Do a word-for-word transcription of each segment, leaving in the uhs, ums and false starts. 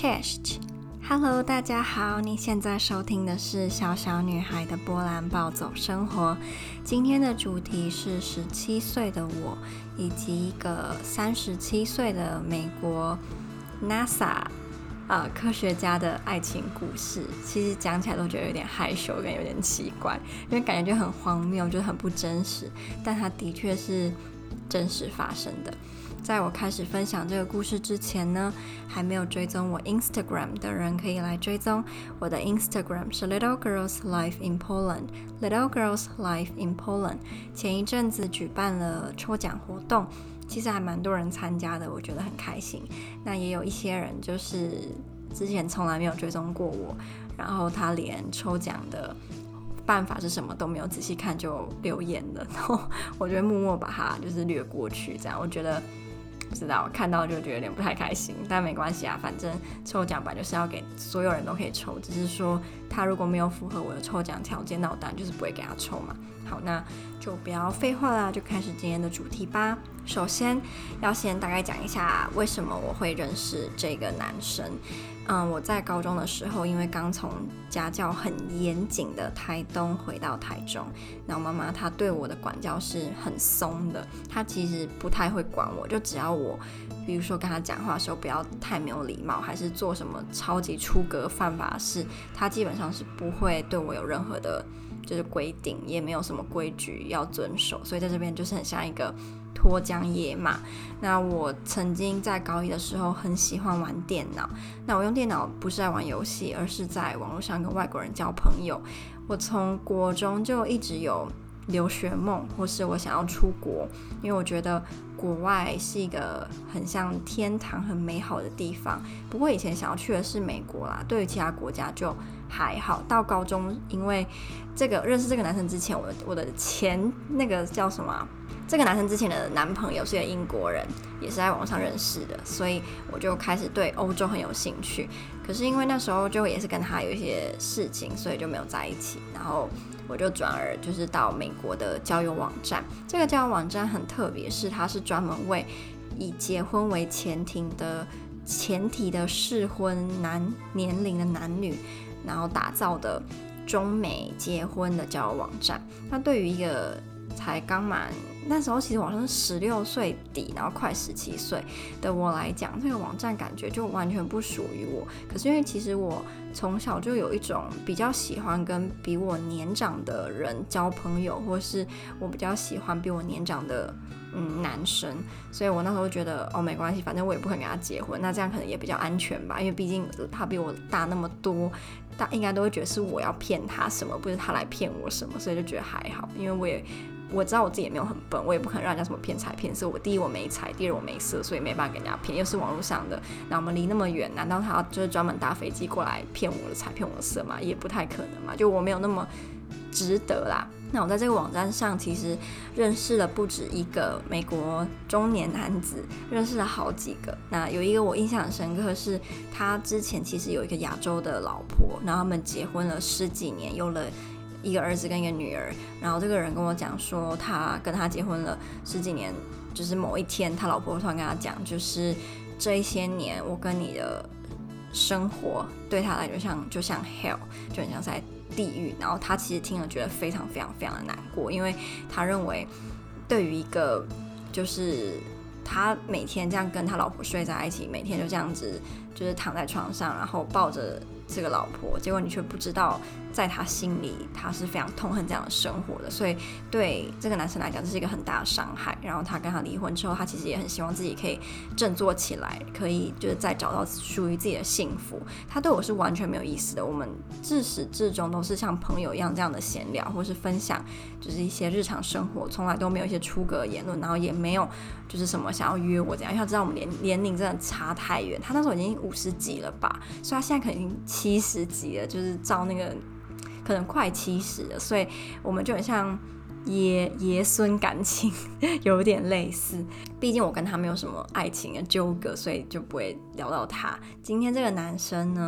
Cześć Hello 大家好，你现在收听的是小小女孩的波兰暴走生活。今天的主题是十七岁的我以及一个三十七岁的美国 NASA呃，科学家的爱情故事。其实讲起来都觉得有点害羞跟有点奇怪，因为感觉就很荒谬，就是很不真实，但它的确是真实发生的。在我开始分享这个故事之前呢，还没有追踪我 Instagram 的人可以来追踪。我的 Instagram 是 Little Girls Life in Poland Little Girls Life in Poland 前一阵子举办了抽奖活动，其实还蛮多人参加的，我觉得很开心。那也有一些人就是之前从来没有追踪过我，然后他连抽奖的办法是什么都没有仔细看就留言了，然后我就会默默把它就是略过去，这样我觉得不知道看到就觉得有点不太开心，但没关系啊，反正抽奖本来就是要给所有人都可以抽，只是说他如果没有符合我的抽奖条件，那我当然就是不会给他抽嘛。好，那就不要废话啦，就开始今天的主题吧。首先要先大概讲一下为什么我会认识这个男生。嗯，我在高中的时候，因为刚从家教很严谨的台东回到台中，然后妈妈她对我的管教是很松的，她其实不太会管我，就只要我比如说跟她讲话的时候不要太没有礼貌，还是做什么超级出格犯法的事，她基本上是不会对我有任何的就是规定，也没有什么规矩要遵守，所以在这边就是很像一个脱缰野马。那我曾经在高一的时候很喜欢玩电脑，那我用电脑不是在玩游戏，而是在网络上跟外国人交朋友。我从国中就一直有留学梦，或是我想要出国，因为我觉得国外是一个很像天堂很美好的地方。不过以前想要去的是美国啦，对于其他国家就还好。到高中因为这个认识这个男生之前，我的我的前那个叫什么、啊、这个男生之前的男朋友是一个英国人，也是在网上认识的，所以我就开始对欧洲很有兴趣。可是因为那时候就也是跟他有一些事情，所以就没有在一起，然后我就转而就是到美国的交友网站。这个交友网站很特别，是它是专门为以结婚为前提的前提的适婚男年龄的男女，然后打造的中美结婚的交友网站。那对于一个才刚满那时候其实我好像是十六岁底，然后快十七岁的我来讲，这个网站感觉就完全不属于我。可是因为其实我从小就有一种比较喜欢跟比我年长的人交朋友，或是我比较喜欢比我年长的嗯男生，所以我那时候觉得哦没关系，反正我也不可能跟他结婚，那这样可能也比较安全吧，因为毕竟他比我大那么多，大应该都会觉得是我要骗他什么，不是他来骗我什么，所以就觉得还好。因为我也我知道我自己也没有很笨，我也不可能让人家什么骗财骗色。我第一我没财，第二我没色，所以没办法给人家骗，又是网络上的，那我们离那么远，难道他就是专门搭飞机过来骗我的财骗我的色吗？也不太可能嘛，就我没有那么值得啦。那我在这个网站上其实认识了不止一个美国中年男子，认识了好几个。那有一个我印象很深刻，是他之前其实有一个亚洲的老婆，然后他们结婚了十几年，有了一个儿子跟一个女儿。然后这个人跟我讲说，他跟他结婚了十几年，就是某一天他老婆突然跟他讲，就是这一些年我跟你的生活对他来说像就像 hell， 就很像在地狱。然后他其实听了觉得非常非常非常的难过，因为他认为对于一个就是他每天这样跟他老婆睡在一起，每天就这样子就是躺在床上，然后抱着这个老婆，结果你却不知道在他心里他是非常痛恨这样的生活的，所以对这个男生来讲这是一个很大的伤害。然后他跟他离婚之后，他其实也很希望自己可以振作起来，可以就是再找到属于自己的幸福。他对我是完全没有意思的，我们自始至终都是像朋友一样这样的闲聊，或是分享就是一些日常生活，从来都没有一些出格的言论，然后也没有就是什么想要约我这样。因为他知道我们年龄真的差太远，他那时候已经五十几了吧，所以他现在可能已经七十几了，就是照那个可能快七十了，所以我们就很像爷爷孙感情有点类似。毕竟我跟他没有什么爱情的纠葛，所以就不会聊到他。今天这个男生呢，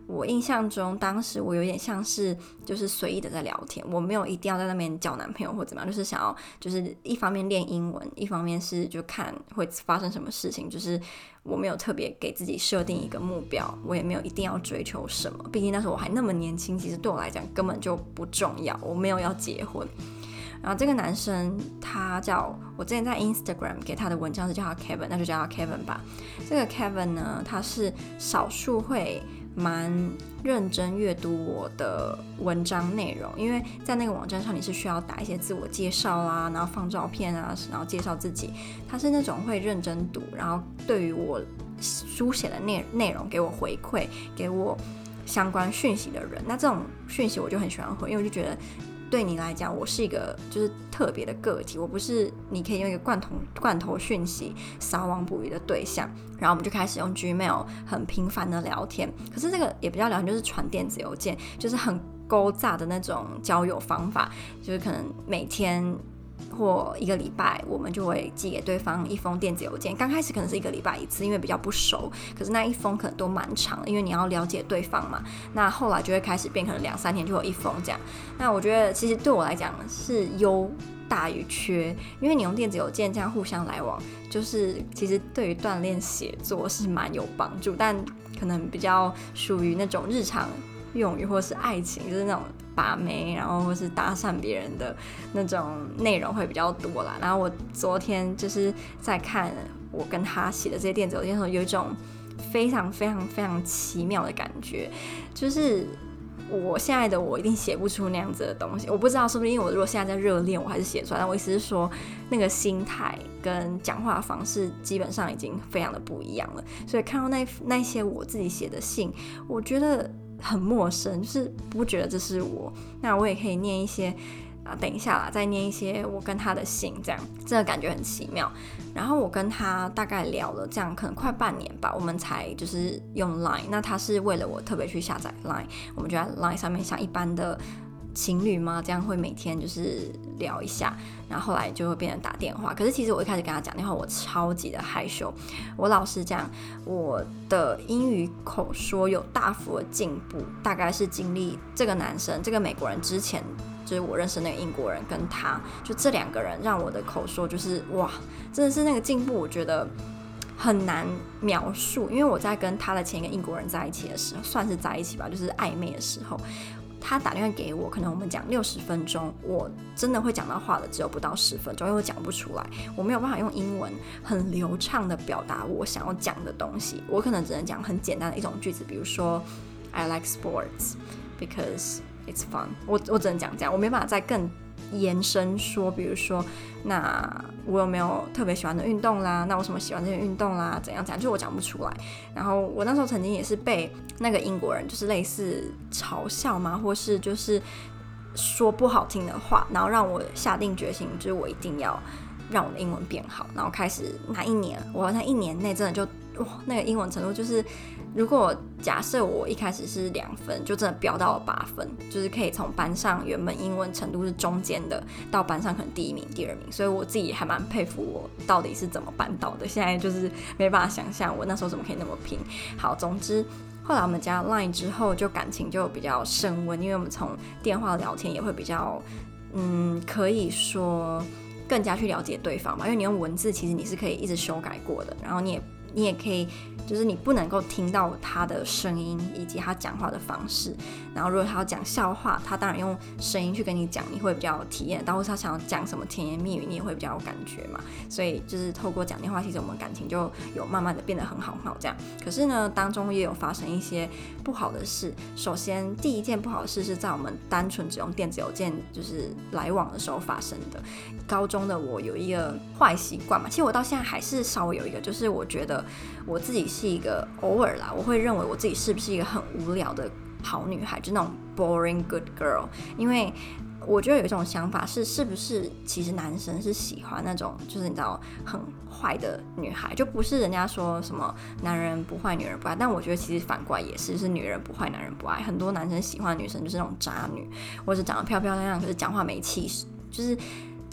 我印象中当时我有点像是就是随意的在聊天，我没有一定要在那边交男朋友或怎么样，就是想要就是一方面练英文，一方面是就看会发生什么事情，就是我没有特别给自己设定一个目标，我也没有一定要追求什么，毕竟那时候我还那么年轻，其实对我来讲根本就不重要，我没有要结婚。然后这个男生他叫我之前在 Instagram 给他的文章是叫他 Kevin， 那就叫他 Kevin 吧。这个 Kevin 呢，他是少数会蛮认真阅读我的文章内容，因为在那个网站上你是需要打一些自我介绍啦，然后放照片啊，然后介绍自己。他是那种会认真读，然后对于我书写的内内容给我回馈，给我相关讯息的人。那这种讯息我就很喜欢回，因为我就觉得对你来讲，我是一个就是特别的个体，我不是你可以用一个罐头罐头讯息撒网捕鱼的对象。然后我们就开始用 Gmail 很频繁的聊天，可是这个也比较聊天，就是传电子邮件，就是很勾诈的那种交友方法，就是可能每天或一个礼拜我们就会寄给对方一封电子邮件，刚开始可能是一个礼拜一次，因为比较不熟，可是那一封可能都蛮长的，因为你要了解对方嘛。那后来就会开始变，可能两三天就有一封这样。那我觉得其实对我来讲是优大于缺，因为你用电子邮件这样互相来往，就是其实对于锻炼写作是蛮有帮助，但可能比较属于那种日常用语或是爱情，就是那种把妹，然后或是搭讪别人的那种内容会比较多啦。然后我昨天就是在看我跟他写的这些电子邮件的时候，有一种非常非常非常奇妙的感觉，就是我现在的我一定写不出那样子的东西，我不知道是不是因为我如果现在在热恋我还是写出来，但我意思是说那个心态跟讲话方式基本上已经非常的不一样了。所以看到那那些我自己写的信，我觉得很陌生，就是不觉得这是我。那我也可以念一些啊，等一下啦，再念一些我跟他的信，这样真的感觉很奇妙。然后我跟他大概聊了这样可能快半年吧，我们才就是用 Line。那他是为了我特别去下载 Line， 我们就在 Line 上面像一般的情侣嘛，这样会每天就是聊一下，然后后来就会变成打电话。可是其实我一开始跟他讲电话，我超级的害羞。我老实讲，我的英语口说有大幅的进步，大概是经历这个男生，这个美国人之前。就是我认识那个英国人跟他，就这两个人让我的口说就是哇，真的是那个进步，我觉得很难描述。因为我在跟他的前一个英国人在一起的时候，算是在一起吧，就是暧昧的时候，他打电话给我，可能我们讲六十分钟，我真的会讲到话的只有不到十分钟，因为我讲不出来，我没有办法用英文很流畅的表达我想要讲的东西，我可能只能讲很简单的一种句子，比如说 I like sports because it's fun， 我, 我只能讲这样，我没办法再更延伸说，比如说那我有没有特别喜欢的运动啦，那我什么喜欢这些运动啦，怎样怎样，就我讲不出来。然后我那时候曾经也是被那个英国人就是类似嘲笑嘛，或是就是说不好听的话，然后让我下定决心，就是我一定要让我的英文变好。然后开始那一年，我那一年内真的就哇，那个英文程度就是，如果假设我一开始是两分，就真的飙到了八分，就是可以从班上原本英文程度是中间的，到班上可能第一名、第二名，所以我自己还蛮佩服我到底是怎么办到的。现在就是没办法想象我那时候怎么可以那么拼。好，总之后来我们加 Line 之后，就感情就比较升温，因为我们从电话聊天也会比较，嗯，可以说更加去了解对方嘛，因为你用文字其实你是可以一直修改过的，然后你也你也可以，就是你不能够听到他的声音以及他讲话的方式。然后如果他要讲笑话，他当然用声音去跟你讲，你会比较有体验到，或是他想要讲什么甜言蜜语，你也会比较有感觉嘛。所以就是透过讲电话，其实我们感情就有慢慢的变得很好很好这样。可是呢，当中也有发生一些不好的事。首先第一件不好的事是在我们单纯只用电子邮件就是来往的时候发生的。高中的我有一个坏习惯嘛，其实我到现在还是稍微有一个，就是我觉得我自己是一个偶尔啦，我会认为我自己是不是一个很无聊的好女孩，就那种 boring good girl。因为我觉得有一种想法是，是不是其实男生是喜欢那种就是你知道很坏的女孩，就不是人家说什么男人不坏女人不爱，但我觉得其实反过来也是，是女人不坏男人不爱。很多男生喜欢的女生就是那种渣女，或是长得漂漂亮亮可是讲话没气势，就是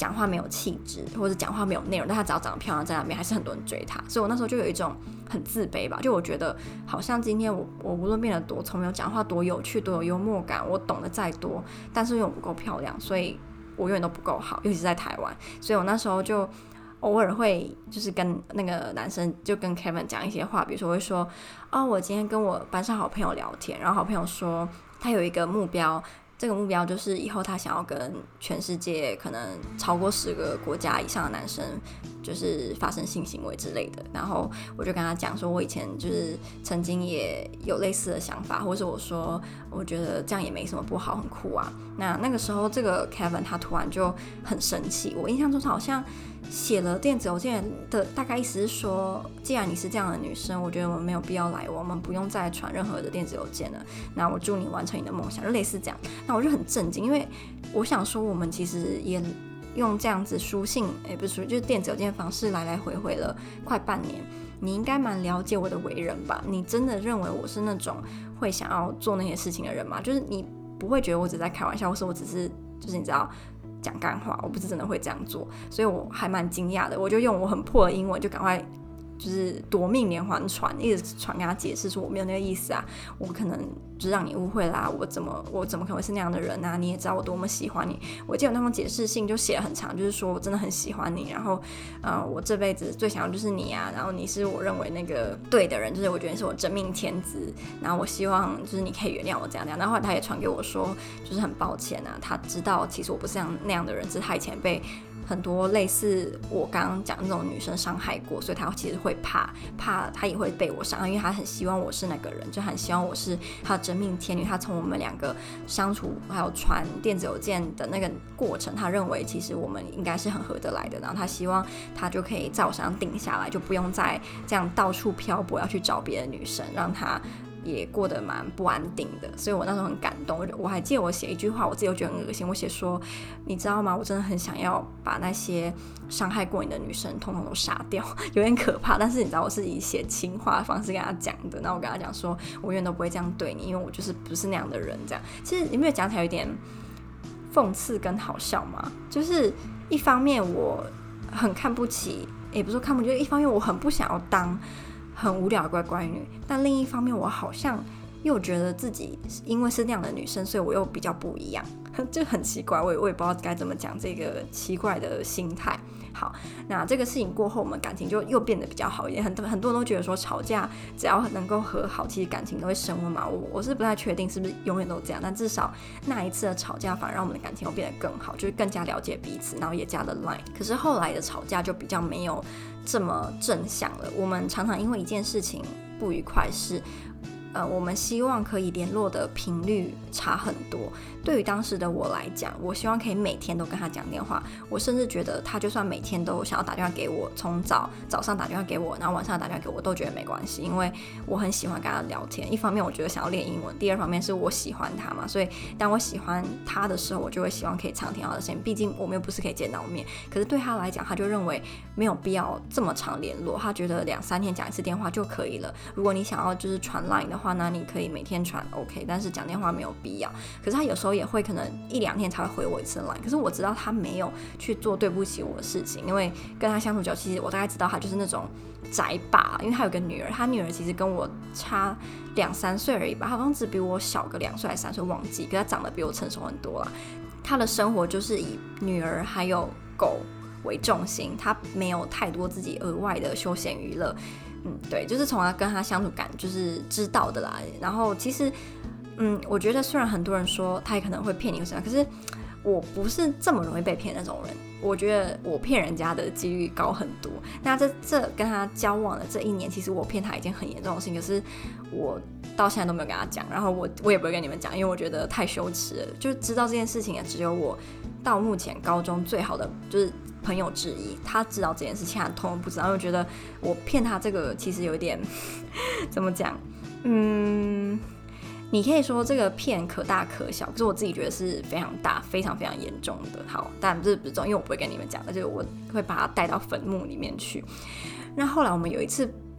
讲话没有气质，或者讲话没有内容，但他只要长得漂亮在那边还是很多人追他，所以我那时候就有一种很自卑吧，就我觉得好像今天我我无论变得多聪明，讲话多有趣多有幽默感，我懂得再多，但是因为我不够漂亮，所以我永远都不够好，尤其是在台湾，所以我那时候就偶尔会就是跟那个男生就跟 Kevin 讲一些话，比如说我会说哦，我今天跟我班上好朋友聊天，然后好朋友说他有一个目标，这个目标就是以后他想要跟全世界可能超过十个国家以上的男生就是发生性行为之类的，然后我就跟他讲说我以前就是曾经也有类似的想法，或者是我说我觉得这样也没什么不好，很酷啊。那那个时候这个 Kevin 他突然就很生气，我印象中好像写了电子邮件的大概意思是说，既然你是这样的女生，我觉得我们没有必要来，我们不用再传任何的电子邮件了，那我祝你完成你的梦想，就类似这样。那我就很震惊，因为我想说我们其实也用这样子书信也不是书就是电子邮件的方式来来回回了快半年，你应该蛮了解我的为人吧，你真的认为我是那种会想要做那些事情的人吗？就是你不会觉得我只是在开玩笑，或是我只是就是你知道讲干话，我不是真的会这样做，所以我还蛮惊讶的。我就用我很破的英文就赶快就是夺命连环传，一直传跟他解释说我没有那个意思啊，我可能就是让你误会啦，我怎么我怎么可能会是那样的人啊，你也知道我多么喜欢你。我记得有那封解释信就写了很长，就是说我真的很喜欢你，然后呃我这辈子最想要就是你啊，然后你是我认为那个对的人，就是我觉得你是我真命天子，然后我希望就是你可以原谅我这样这样。然后后来他也传给我说就是很抱歉啊，他知道其实我不是像那样的人，只是他以前被很多类似我刚刚讲的那种女生伤害过，所以他其实会怕怕他也会被我伤害，因为他很希望我是那个人，就很希望我是他的真命天女。他从我们两个相处还有传电子邮件的那个过程，他认为其实我们应该是很合得来的，然后他希望他就可以在我身上定下来，就不用再这样到处漂泊要去找别的女生，让他也过得蛮不安定的。所以我那时候很感动，我还记得我写一句话我自己又觉得很恶心，我写说你知道吗，我真的很想要把那些伤害过你的女生通通都杀掉，有点可怕，但是你知道我是以写情话的方式跟他讲的，然后我跟他讲说我永远都不会这样对你，因为我就是不是那样的人这样。其实有没有讲起来有点讽刺跟好笑嘛，就是一方面我很看不起，也不是说看不起，就是一方面我很不想要当很无聊的乖乖女，但另一方面我好像又觉得自己因为是那样的女生，所以我又比较不一样，就很奇怪，我也我也不知道该怎么讲这个奇怪的心态。好，那这个事情过后，我们感情就又变得比较好一点。很多很多人都觉得说吵架只要能够和好，其实感情都会升温嘛。我我是不太确定是不是永远都这样，但至少那一次的吵架反而让我们的感情又变得更好，就是更加了解彼此，然后也加了 line。可是后来的吵架就比较没有这么正向了。我们常常因为一件事情不愉快是。呃，我们希望可以联络的频率差很多。对于当时的我来讲，我希望可以每天都跟他讲电话。我甚至觉得他就算每天都想要打电话给我，从早早上打电话给我，然后晚上打电话给我，都觉得没关系，因为我很喜欢跟他聊天。一方面我觉得想要练英文，第二方面是我喜欢他嘛，所以当我喜欢他的时候，我就会希望可以常听他的声音。毕竟我们又不是可以见到面，可是对他来讲，他就认为没有必要这么常联络，他觉得两三天讲一次电话就可以了。如果你想要就是传 line 的话，那你可以每天传 OK， 但是讲电话没有必要。可是他有时候也会可能一两天才会回我一次 line， 可是我知道他没有去做对不起我的事情，因为跟他相处久，其实我大概知道他就是那种宅爸，因为他有个女儿，他女儿其实跟我差两三岁而已吧，他好像只比我小个两岁还是三岁，忘记，可是他长得比我成熟很多啦。他的生活就是以女儿还有狗为重心，他没有太多自己额外的休闲娱乐。嗯，对，就是从他跟他相处感就是知道的啦。然后其实，嗯，我觉得虽然很多人说他也可能会骗你或什么，可是我不是这么容易被骗那种人。我觉得我骗人家的几率高很多。那这这跟他交往的这一年，其实我骗他一件很严重的事情，可是我到现在都没有跟他讲，然后我我也不会跟你们讲，因为我觉得太羞耻了。就知道这件事情的只有我到目前高中最好的就是朋友之一，他知道这件事情，他通通不知道，因为我觉得我骗他这个其实有点怎么讲，嗯，你可以说这个骗可大可小，可是我自己觉得是非常大、非常非常严重的。好，但这不是重，因为我不会跟你们讲，而且我会把它带到坟墓里面去。那后来我们有一次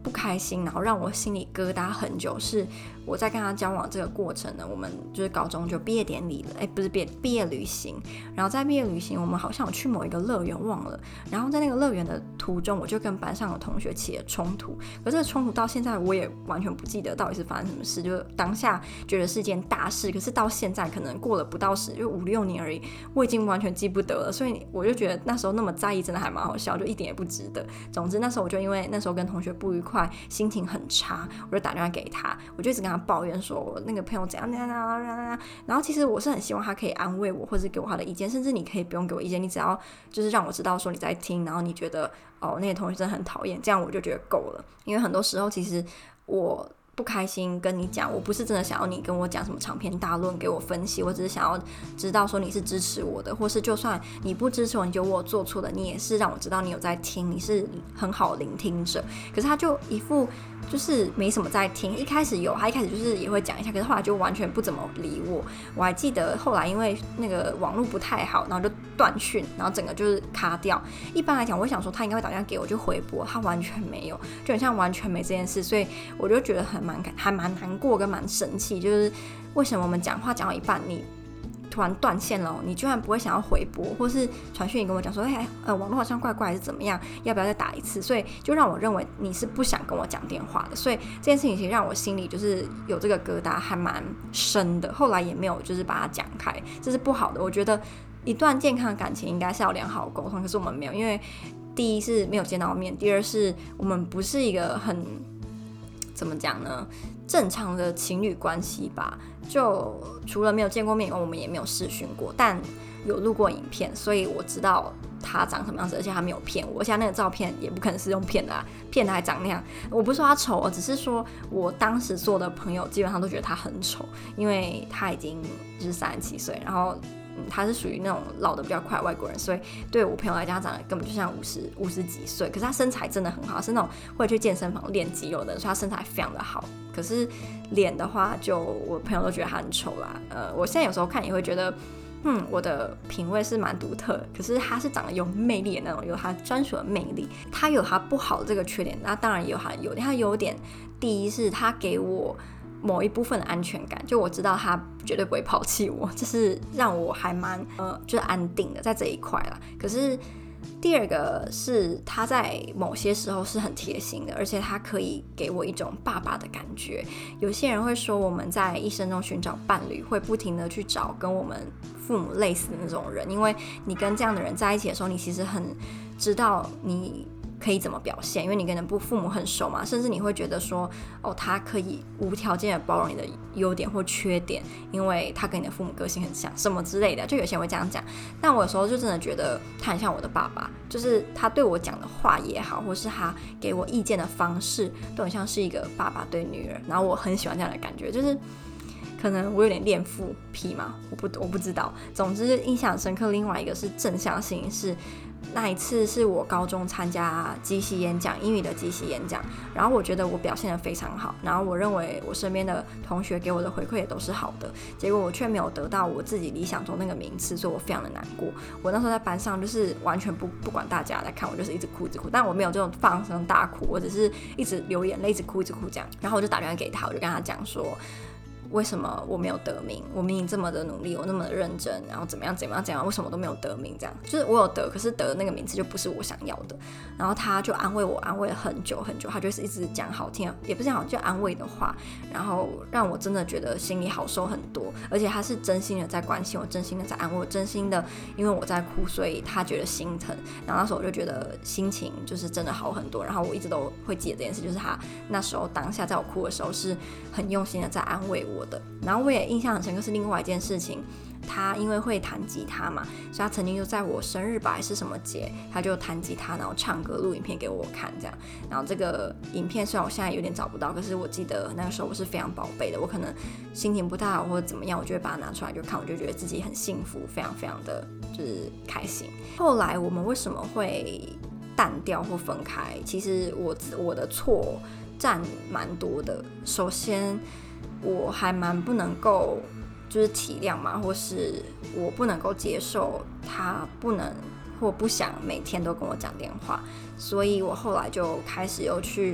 不开心，然后让我心里疙瘩很久，是我在跟他交往这个过程呢，我们就是高中就毕业典礼了，哎，不是毕业毕业旅行，然后在毕业旅行我们好像有去某一个乐园忘了，然后在那个乐园的途中，我就跟班上的同学起了冲突，可这个冲突到现在我也完全不记得到底是发生什么事，就当下觉得是件大事，可是到现在可能过了不到十就五六年而已，我已经完全记不得了，所以我就觉得那时候那么在意真的还蛮好笑，就一点也不值得。总之那时候我就因为那时候跟同学不愉快，心情很差，我就打电话给他，我就一直跟他抱怨说我那个朋友怎样怎样怎样怎样，然后其实我是很希望他可以安慰我，或是给我他的意见，甚至你可以不用给我意见，你只要就是让我知道说你在听，然后你觉得哦那些同学真的很讨厌，这样我就觉得够了。因为很多时候其实我不开心跟你讲，我不是真的想要你跟我讲什么长篇大论给我分析，我只是想要知道说你是支持我的，或是就算你不支持我，你觉得我有做错的，你也是让我知道你有在听，你是很好的聆听者。可是他就一副就是没什么在听，一开始有，他一开始就是也会讲一下，可是后来就完全不怎么理我。我还记得后来因为那个网络不太好，然后就断讯，然后整个就是卡掉。一般来讲我会想说他应该会打电话给我就回拨，他完全没有，就很像完全没这件事，所以我就觉得很蛮还蛮难过跟蛮生气，就是为什么我们讲话讲到一半你突然断线了，你居然不会想要回拨，或是传讯你跟我讲说哎、欸、呃网络好像怪怪还是怎么样，要不要再打一次，所以就让我认为你是不想跟我讲电话的，所以这件事情其实让我心里就是有这个疙瘩还蛮深的，后来也没有就是把它讲开，这是不好的。我觉得一段健康的感情应该是要良好沟通，可是我们没有，因为第一是没有见到面，第二是我们不是一个很怎么讲呢正常的情侣关系吧，就除了没有见过面以外我们也没有视讯过，但有录过影片，所以我知道他长什么样子，而且他没有骗我，而且那个照片也不可能是用骗的啊，骗的还长那样。我不是说他丑，只是说我当时做的朋友基本上都觉得他很丑，因为他已经就是三十七岁，然后嗯，他是属于那种老的比较快的外国人，所以对我朋友来讲，他长得根本就像五十五十几岁。可是他身材真的很好，是那种会去健身房练肌肉的人，所以他身材非常的好。可是脸的话，就我朋友都觉得他很丑啦。呃，我现在有时候看也会觉得，嗯，我的品味是蛮独特的。可是他是长得有魅力的那种，有他专属的魅力。他有他不好的这个缺点，那当然也有他的优点。他的优点，第一是他给我某一部分的安全感，就我知道他绝对不会抛弃我，这是让我还蛮呃就是安定的在这一块啦。可是第二个是他在某些时候是很贴心的，而且他可以给我一种爸爸的感觉。有些人会说我们在一生中寻找伴侣会不停的去找跟我们父母类似的那种人，因为你跟这样的人在一起的时候，你其实很知道你可以怎么表现，因为你跟你的父母很熟嘛，甚至你会觉得说哦，他可以无条件的包容你的优点或缺点，因为他跟你的父母个性很像什么之类的，就有些人会这样讲。但我有时候就真的觉得他很像我的爸爸，就是他对我讲的话也好，或是他给我意见的方式都很像是一个爸爸对女儿，然后我很喜欢这样的感觉，就是可能我有点恋父癖嘛，我不我不知道。总之印象很深刻。另外一个是正向性，是那一次是我高中参加即席演讲，英语的即席演讲，然后我觉得我表现得非常好，然后我认为我身边的同学给我的回馈也都是好的，结果我却没有得到我自己理想中那个名次，所以我非常的难过。我那时候在班上就是完全不不管大家来看我，就是一直哭一直哭，但我没有这种放声大哭，我只是一直流眼泪，一直哭一直哭这样。然后我就打电话给他，我就跟他讲说为什么我没有得名，我明明这么的努力，我那么的认真，然后怎么样怎么样怎么样，为什么都没有得名，这样就是我有得，可是得的那个名次就不是我想要的。然后他就安慰我，安慰了很久很久，他就是一直讲好听，也不是讲好，就安慰的话，然后让我真的觉得心里好受很多，而且他是真心的在关心我，真心的在安慰我，真心的因为我在哭，所以他觉得心疼。然后那时候我就觉得心情就是真的好很多，然后我一直都会记得这件事，就是他那时候当下在我哭的时候是很用心的在安慰我的。然后我也印象很深刻是另外一件事情，他因为会弹吉他嘛，所以他曾经就在我生日吧还是什么节，他就弹吉他然后唱歌录影片给我看这样。然后这个影片虽然我现在有点找不到，可是我记得那个时候我是非常宝贝的，我可能心情不太好或者怎么样，我就会把它拿出来就看，我就觉得自己很幸福，非常非常的就是开心。后来我们为什么会淡掉或分开，其实我我的错占蛮多的。首先我还蛮不能够就是体谅嘛，或是我不能够接受他不能或不想每天都跟我讲电话，所以我后来就开始又去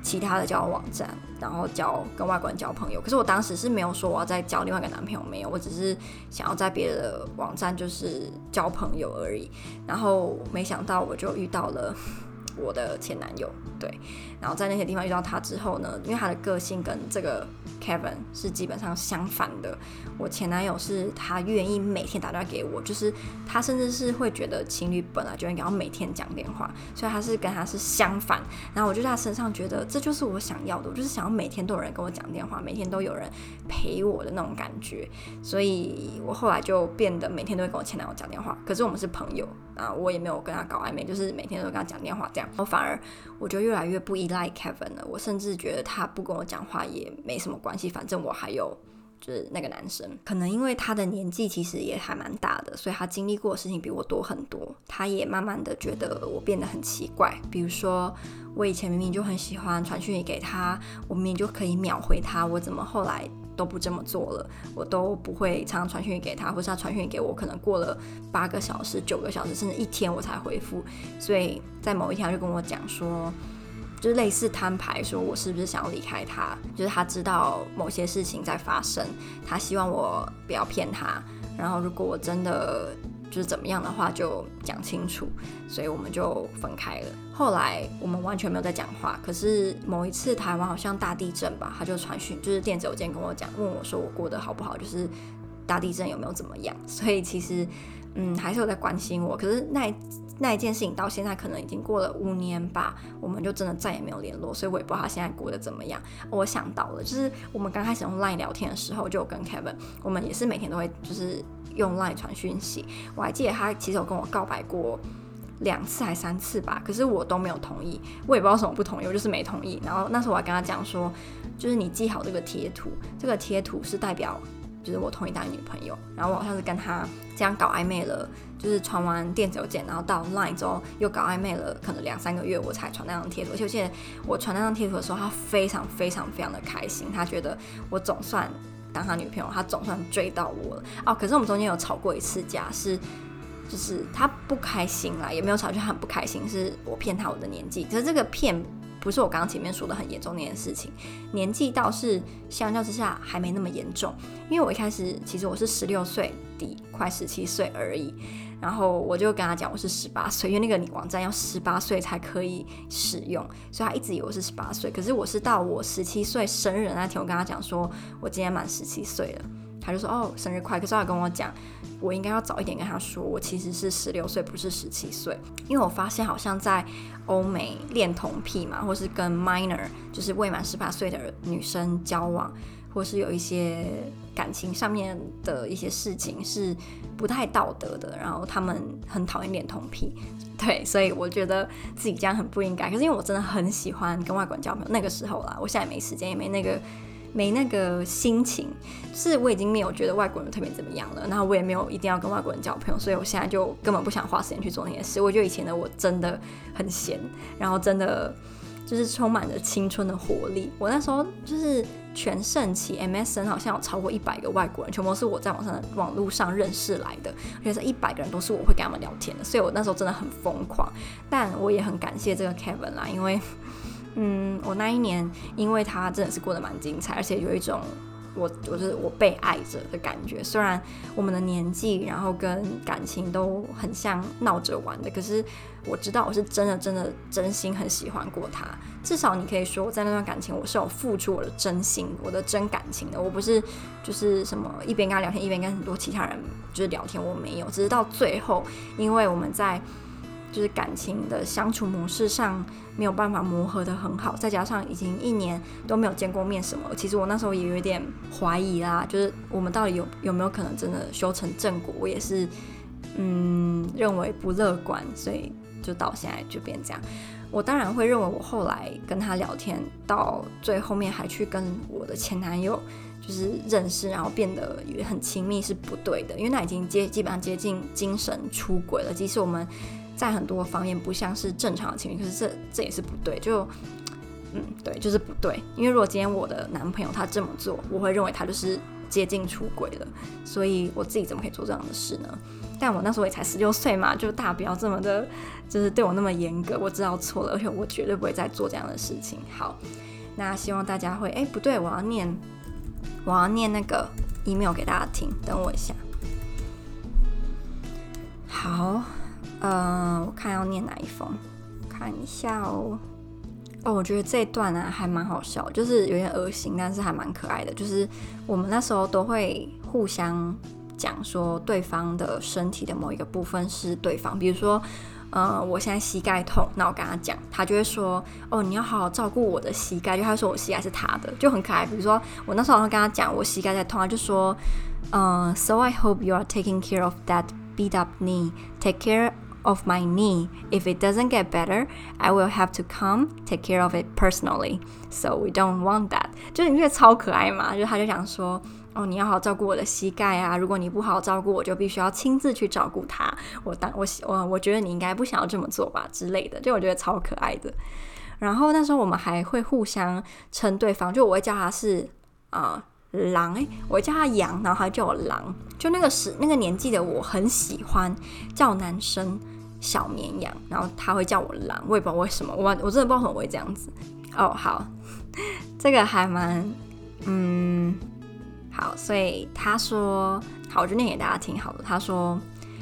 其他的交友网站，然后交跟外国人交朋友。可是我当时是没有说我要再交另外一个男朋友，没有，我只是想要在别的网站就是交朋友而已。然后没想到我就遇到了我的前男友，对，然后在那些地方遇到他之后呢，因为他的个性跟这个 Kevin 是基本上相反的。我前男友是他愿意每天打电话给我，就是他甚至是会觉得情侣本来就应该要每天讲电话，所以他是跟他是相反。然后我就在他身上觉得这就是我想要的，我就是想要每天都有人跟我讲电话，每天都有人陪我的那种感觉。所以我后来就变得每天都会跟我前男友讲电话，可是我们是朋友啊，我也没有跟他搞暧昧，就是每天都跟他讲电话这样。然后反而我就越来越不依赖 Kevin 了，我甚至觉得他不跟我讲话也没什么关系，反正我还有就是那个男生。可能因为他的年纪其实也还蛮大的，所以他经历过的事情比我多很多，他也慢慢的觉得我变得很奇怪。比如说我以前明明就很喜欢传讯息给他，我明明就可以秒回他，我怎么后来都不这么做了？我都不会常常传讯息给他，或是他传讯息给我，可能过了八个小时、九个小时，甚至一天我才回复。所以在某一天他就跟我讲说，就是类似摊牌说我是不是想要离开他，就是他知道某些事情在发生，他希望我不要骗他，然后如果我真的就是怎么样的话就讲清楚，所以我们就分开了。后来我们完全没有在讲话，可是某一次台湾好像大地震吧，他就传讯就是电子邮件跟我讲，问我说我过得好不好，就是大地震有没有怎么样。所以其实嗯还是有在关心我，可是那那一件事情到现在可能已经过了五年吧，我们就真的再也没有联络，所以我也不知道他现在过得怎么样。我想到了，就是我们刚开始用 LINE 聊天的时候，就有跟 Kevin， 我们也是每天都会就是用 LINE 传讯息。我还记得他其实有跟我告白过两次还三次吧，可是我都没有同意，我也不知道什么不同意，我就是没同意。然后那时候我还跟他讲说，就是你记好这个贴图，这个贴图是代表就是我同意当女朋友。然后我好像是跟他这样搞暧昧了，就是传完电子邮件，然后到 LINE 之后又搞暧昧了，可能两三个月我才传那张贴图。而且我记得我传那张贴图的时候，他非常非常非常的开心，他觉得我总算当他女朋友，他总算追到我了哦。可是我们中间有吵过一次架，是就是他不开心啦，也没有吵，就他很不开心，是我骗他我的年纪。可是这个骗不是我刚刚前面说的很严重那件事情，年纪倒是相较之下还没那么严重。因为我一开始其实我是十六岁底，快十七岁而已，然后我就跟他讲我是十八岁，因为那个网站要十八岁才可以使用，所以他一直以为我是十八岁。可是我是到我十七岁生日的那天，我跟他讲说我今天满十七岁了，他就说哦生日快。可是他跟我讲我应该要早一点跟他说我其实是十六岁不是十七岁，因为我发现好像在欧美恋童癖嘛，或是跟 minor 就是未满十八岁的女生交往，或是有一些感情上面的一些事情是不太道德的，然后他们很讨厌恋童癖，对，所以我觉得自己这样很不应该。可是因为我真的很喜欢跟外国人交朋友，那个时候啦，我现在也没时间，也没那个没那个心情，就是我已经没有觉得外国人特别怎么样了，然后我也没有一定要跟外国人交朋友，所以我现在就根本不想花时间去做那些事。我觉得以前的我真的很闲，然后真的就是充满着青春的活力。我那时候就是全盛期 M S N 好像有超过一百个外国人，全部是我在网上网络上认识来的，而且这一百个人都是我会跟他们聊天的，所以我那时候真的很疯狂。但我也很感谢这个 Kevin 啦，因为嗯，我那一年因为他真的是过得蛮精彩，而且有一种我我就是我被爱着的感觉。虽然我们的年纪然后跟感情都很像闹着玩的，可是我知道我是真的真的真心很喜欢过他。至少你可以说我在那段感情我是有付出我的真心我的真感情的，我不是就是什么一边跟他聊天一边跟很多其他人就是聊天，我没有。只是到最后因为我们在就是感情的相处模式上没有办法磨合得很好，再加上已经一年都没有见过面什么，其实我那时候也有点怀疑啦，就是我们到底有有没有可能真的修成正果，我也是嗯认为不乐观，所以就到现在就变这样。我当然会认为我后来跟他聊天到最后面还去跟我的前男友就是认识，然后变得也很亲密是不对的，因为那已经接基本上接近精神出轨了。即使我们在很多方面不像是正常的情侣，可是这这也是不对，就嗯对，就是不对。因为如果今天我的男朋友他这么做，我会认为他就是接近出轨了，所以我自己怎么可以做这样的事呢？ 但我那时候也才十六岁嘛，就大家不要这么的，就是对我那么严格。我知道错了，而且我绝对不会再做这样的事情。好，那希望大家会，哎，不对，我要念，我要念那个 email 给大家听，等我一下。好，呃，我看要念哪一封，看一下哦。哦，我觉得这一段啊还蛮好笑，就是有点恶心，但是还蛮可爱的。就是我们那时候都会互相讲说对方的身体的某一个部分是对方，比如说，呃，我现在膝盖痛，那我跟他讲，他就会说，哦，你要好好照顾我的膝盖，就他说我膝盖是他的，就很可爱。比如说我那时候好像跟他讲我膝盖在痛，他就說，呃 ，So I hope you are taking care of that beat up knee. Take care of my knee. If it doesn't get better, I will have to come take care of it personally. So we don't want that. 就是你觉得超可爱嘛？就是他就讲说，哦，你要好好照顾我的膝盖啊！如果你不好好照顾我，就必须要亲自去照顾它。我当我我我觉得你应该不想要这么做吧之类的，就我觉得超可爱的。然后那时候我们还会互相称对方，就我会叫他是啊。呃狼哎、欸，我会叫他羊，然后他叫我狼。就那个时那个年纪的我很喜欢叫男生小绵羊，然后他会叫我狼，我也不知道为什么，我我真的不知道为什么我会这样子。哦，好，这个还蛮嗯好，所以他说好，我就念给大家听好了。他说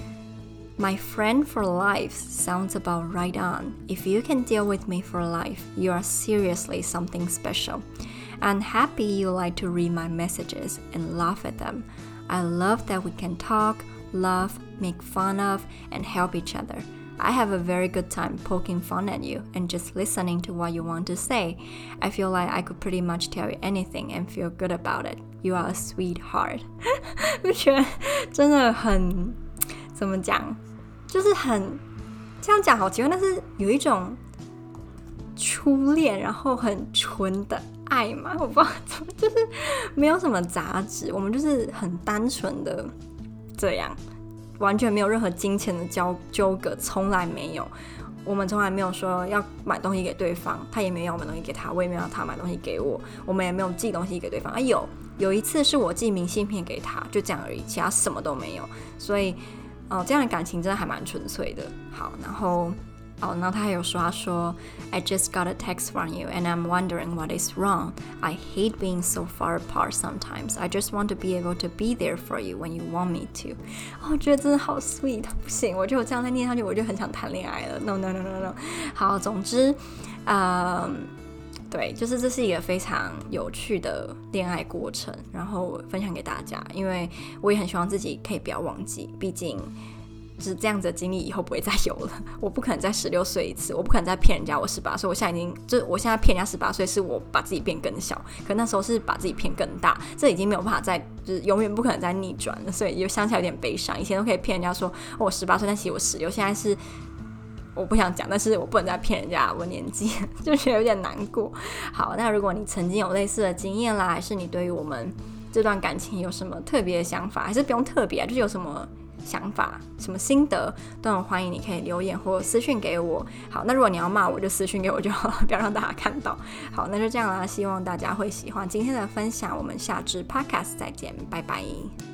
My friend for life sounds about right on. If you can deal with me for life, you are seriously something special.I'm happy you like to read my messages and laugh at them. I love that we can talk, love, make fun of, and help each other. I have a very good time poking fun at you and just listening to what you want to say. I feel like I could pretty much tell you anything and feel good about it. You are a sweetheart. 我觉得真的很怎么讲，就是很这样讲好奇怪，但是有一种初恋，然后很纯的爱嘛，我不知道怎么，就是没有什么杂质，我们就是很单纯的这样，完全没有任何金钱的交纠葛，从来没有。我们从来没有说要买东西给对方，他也没有买东西给他，我也没有让他买东西给我，我们也没有寄东西给对方。啊，有有一次是我寄明信片给他，就这样而已，其他什么都没有。所以，哦、呃，这样的感情真的还蛮纯粹的。好，然后。哦，然后他还有说，他说 I just got a text from you and I'm wondering what is wrong. I hate being so far apart sometimes. I just want to be able to be there for you when you want me to. 哦，我觉得真的好 sweet， 不行，我觉得我这样再念下去，我就很想谈恋爱了。No no no no no。好，总之，呃，对，就是这是一个非常有趣的恋爱过程，然后我分享给大家，因为我也很希望自己可以不要忘记，毕竟。就是这样子的经历以后不会再有了，我不可能再十六岁一次，我不可能再骗人家我十八岁，我现在已经就是我现在骗人家十八岁是我把自己变更小，可那时候是把自己骗更大，这已经没有办法再就是永远不可能再逆转了，所以就想起来有点悲伤。以前都可以骗人家说、哦、我十八岁，但其实我十六，现在是我不想讲，但是我不能再骗人家我年纪，就觉得有点难过。好，那如果你曾经有类似的经验啦，还是你对于我们这段感情有什么特别的想法，还是不用特别、啊、就是有什么想法什么心得都很欢迎，你可以留言或私讯给我。好，那如果你要骂我就私讯给我就好，不要让大家看到。好，那就这样啦，希望大家会喜欢今天的分享，我们下支 podcast 再见，拜拜。